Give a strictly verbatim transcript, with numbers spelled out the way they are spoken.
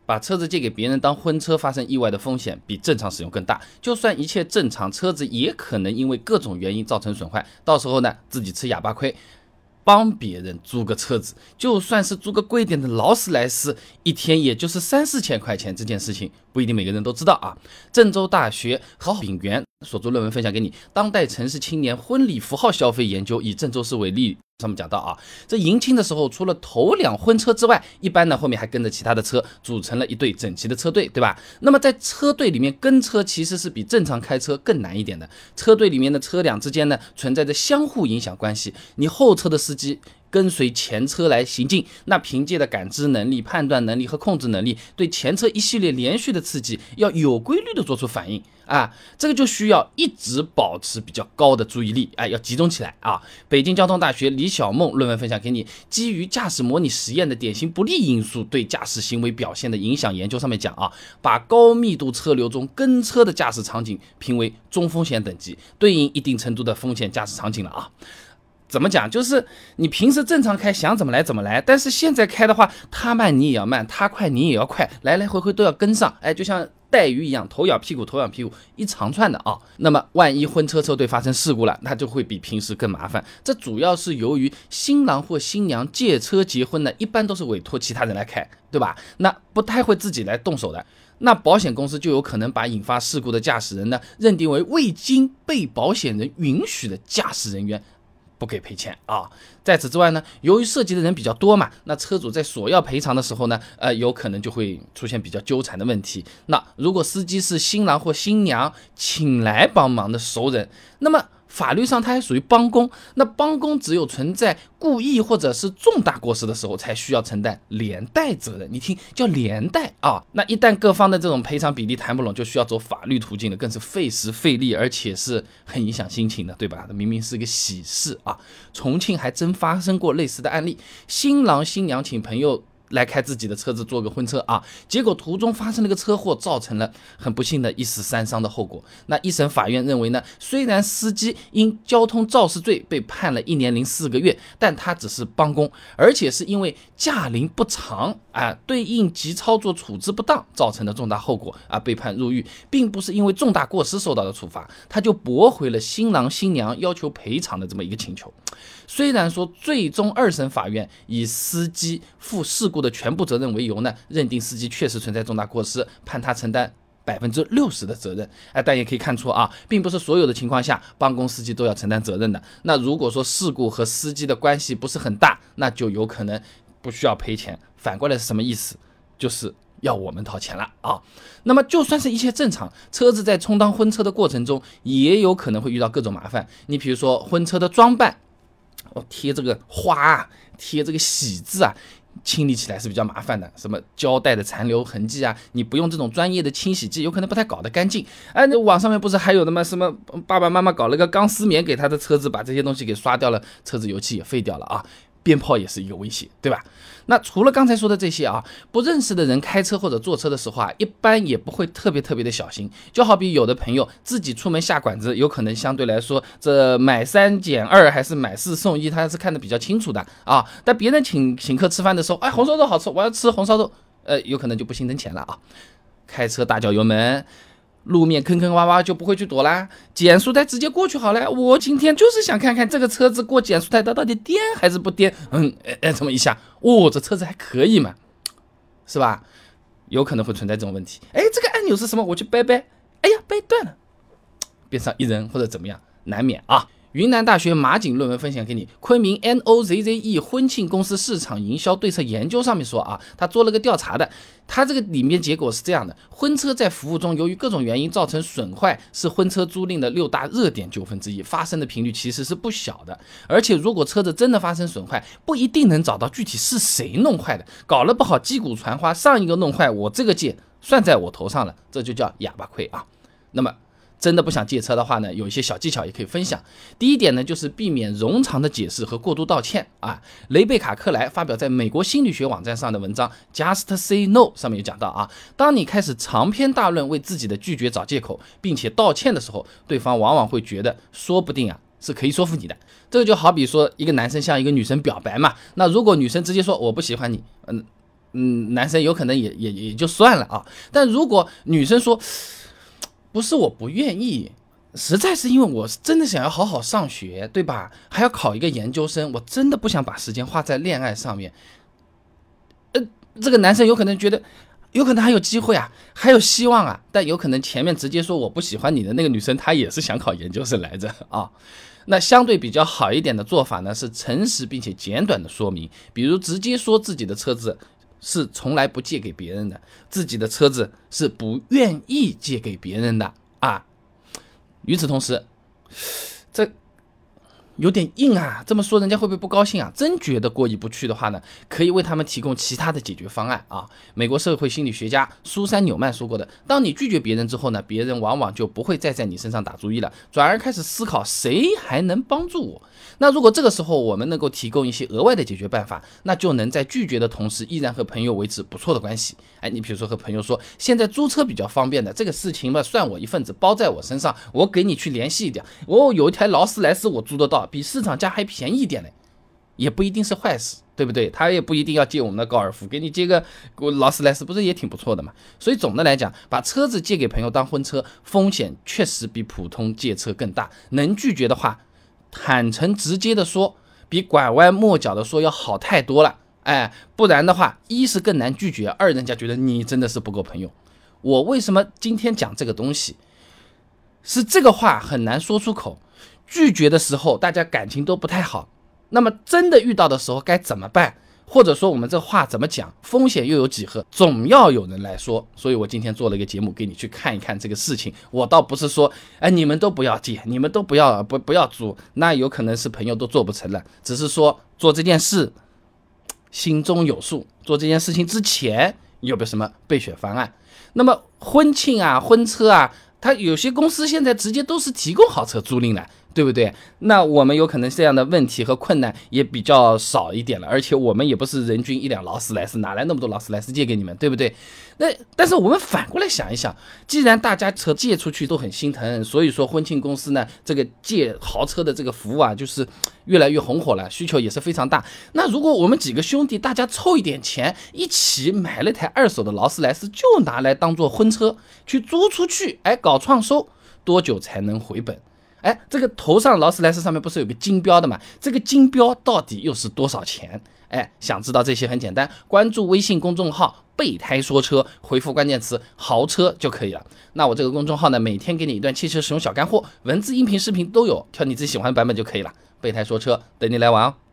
把车子借给别人当婚车发生意外的风险比正常使用更大，就算一切正常，车子也可能因为各种原因造成损坏，到时候呢自己吃哑巴亏。帮别人租个车子，就算是租个贵点的劳斯莱斯，一天也就是三四千块钱，这件事情不一定每个人都知道啊。郑州大学郝炳元所做论文分享给你，当代城市青年婚礼符号消费研究，以郑州市为例。上面讲到啊，这迎亲的时候，除了头辆婚车之外，一般呢后面还跟着其他的车，组成了一队整齐的车队，对吧？那么在车队里面跟车其实是比正常开车更难一点的。车队里面的车辆之间呢存在着相互影响关系，你后车的司机跟随前车来行进，那凭借的感知能力、判断能力和控制能力，对前车一系列连续的刺激要有规律的做出反应啊，这个就需要一直保持比较高的注意力，哎，要集中起来啊。北京交通大学李小梦论文分享给你，基于驾驶模拟实验的典型不利因素对驾驶行为表现的影响研究上面讲啊，把高密度车流中跟车的驾驶场景评为中风险等级，对应一定程度的风险驾驶场景了啊。怎么讲？就是你平时正常开，想怎么来怎么来，但是现在开的话，他慢你也要慢，他快你也要快，来来回回都要跟上，哎，就像带鱼一样，头咬屁股，头咬屁股，一长串的啊。那么万一婚车车队发生事故了，那就会比平时更麻烦。这主要是由于新郎或新娘借车结婚呢，一般都是委托其他人来开，对吧？那不太会自己来动手的。那保险公司就有可能把引发事故的驾驶人呢，认定为未经被保险人允许的驾驶人员，不给赔钱啊！在此之外呢，由于涉及的人比较多嘛，那车主在索要赔偿的时候呢，呃，有可能就会出现比较纠缠的问题。那如果司机是新郎或新娘请来帮忙的熟人，那么法律上它还属于帮工，那帮工只有存在故意或者是重大过失的时候才需要承担连带责任，你听叫连带啊。那一旦各方的这种赔偿比例谈不拢，就需要走法律途径的，更是费时费力，而且是很影响心情的，对吧？明明是个喜事啊。重庆还真发生过类似的案例，新郎新娘请朋友来开自己的车子做个婚车啊，结果途中发生了个车祸，造成了很不幸的一死三伤的后果。那一审法院认为呢，虽然司机因交通肇事罪被判了一年零四个月，但他只是帮工，而且是因为驾龄不长啊，对应急操作处置不当造成的重大后果啊，被判入狱，并不是因为重大过失受到的处罚，他就驳回了新郎新娘要求赔偿的这么一个请求。虽然说最终二审法院以司机负事故的全部责任为由呢，认定司机确实存在重大过失，判他承担百分之六十的责任。哎，但也可以看出啊，并不是所有的情况下帮工司机都要承担责任的。那如果说事故和司机的关系不是很大，那就有可能不需要赔钱。反过来是什么意思？就是要我们掏钱了啊。那么就算是一切正常，车子在充当婚车的过程中，也有可能会遇到各种麻烦。你比如说婚车的装扮，哦，贴这个花啊，贴这个喜字啊，清理起来是比较麻烦的，什么胶带的残留痕迹啊，你不用这种专业的清洗剂，有可能不太搞得干净。哎，那网上面不是还有的吗？什么爸爸妈妈搞了个钢丝棉给他的车子，把这些东西给刷掉了，车子油漆也废掉了啊。鞭炮也是一个威胁，对吧？那除了刚才说的这些啊，不认识的人开车或者坐车的时候啊，一般也不会特别特别的小心。就好比有的朋友自己出门下馆子，有可能相对来说这买三减二还是买四送一，他是看得比较清楚的啊。但别人请请客吃饭的时候，哎，红烧肉好吃，我要吃红烧肉，呃，有可能就不心疼钱了啊。开车大脚油门，路面坑坑洼洼就不会去躲啦，减速带直接过去好了。我今天就是想看看这个车子过减速带它到底颠还是不颠，嗯，哎，这么一下，哦，这车子还可以嘛，是吧？有可能会存在这种问题。哎，这个按钮是什么？我去掰掰，哎呀，掰断了，边上一人或者怎么样，难免啊。云南大学马景论文分享给你，昆明 N O Z Z E 婚庆公司市场营销对策研究上面说啊，他做了个调查的，他这个里面结果是这样的：婚车在服务中由于各种原因造成损坏，是婚车租赁的六大热点纠纷之一，发生的频率其实是不小的。而且如果车子真的发生损坏，不一定能找到具体是谁弄坏的，搞了不好击鼓传花，上一个弄坏，我这个借算在我头上了，这就叫哑巴亏啊。那么真的不想借车的话呢，有一些小技巧也可以分享。第一点呢，就是避免冗长的解释和过度道歉啊。雷贝卡克莱发表在美国心理学網站上的文章 Just Say No 上面有讲到啊，当你开始长篇大论为自己的拒绝找借口，并且道歉的时候，对方往往会觉得说不定啊是可以说服你的。这个就好比说一个男生向一个女生表白嘛，那如果女生直接说我不喜欢你，嗯， 嗯，男生有可能也也也就算了啊。但如果女生说不是我不愿意，实在是因为我真的想要好好上学，对吧？还要考一个研究生，我真的不想把时间花在恋爱上面。呃，这个男生有可能觉得，有可能还有机会啊，还有希望啊，但有可能前面直接说我不喜欢你的那个女生，她也是想考研究生来着啊。那相对比较好一点的做法呢，是诚实并且简短的说明，比如直接说自己的车子是从来不借给别人的，自己的车子是不愿意借给别人的啊。与此同时，这有点硬啊，这么说人家会不会不高兴啊？真觉得过意不去的话呢，可以为他们提供其他的解决方案啊。美国社会心理学家苏珊·纽曼说过的，当你拒绝别人之后呢，别人往往就不会再在你身上打主意了，转而开始思考谁还能帮助我。那如果这个时候我们能够提供一些额外的解决办法，那就能在拒绝的同时依然和朋友维持不错的关系。哎，你比如说和朋友说，现在租车比较方便的，这个事情嘛，算我一份子，包在我身上，我给你去联系一点。我有一台劳斯莱斯我租得到，比市场价还便宜一点嘞，也不一定是坏事，对不对？他也不一定要借我们的高尔夫，给你借个劳斯莱斯不是也挺不错的嘛？所以总的来讲，把车子借给朋友当婚车，风险确实比普通借车更大。能拒绝的话，坦诚直接的说，比拐弯抹角的说要好太多了。哎，不然的话，一是更难拒绝，二人家觉得你真的是不够朋友。我为什么今天讲这个东西？是这个话很难说出口，拒绝的时候大家感情都不太好，那么真的遇到的时候该怎么办？或者说我们这话怎么讲，风险又有几何，总要有人来说。所以我今天做了一个节目给你去看一看这个事情。我倒不是说哎，你们都不要借，你们都不要不不要租，那有可能是朋友都做不成了，只是说做这件事心中有数，做这件事情之前有没有什么备选方案。那么婚庆啊婚车啊，他有些公司现在直接都是提供好车租赁了，对不对？那我们有可能这样的问题和困难也比较少一点了，而且我们也不是人均一辆劳斯莱斯，哪来那么多劳斯莱斯借给你们，对不对？那但是我们反过来想一想，既然大家车借出去都很心疼，所以说婚庆公司呢，这个借豪车的这个服务啊，就是越来越红火了，需求也是非常大。那如果我们几个兄弟大家凑一点钱，一起买了台二手的劳斯莱斯，就拿来当做婚车去租出去，哎，搞创收，多久才能回本？哎，这个头上劳斯莱斯上面不是有个金标的吗？这个金标到底又是多少钱？哎，想知道这些很简单，关注微信公众号备胎说车，回复关键词豪车就可以了。那我这个公众号呢，每天给你一段汽车使用小干货，文字、音频、视频都有，挑你自己喜欢的版本就可以了。备胎说车，等你来玩哦。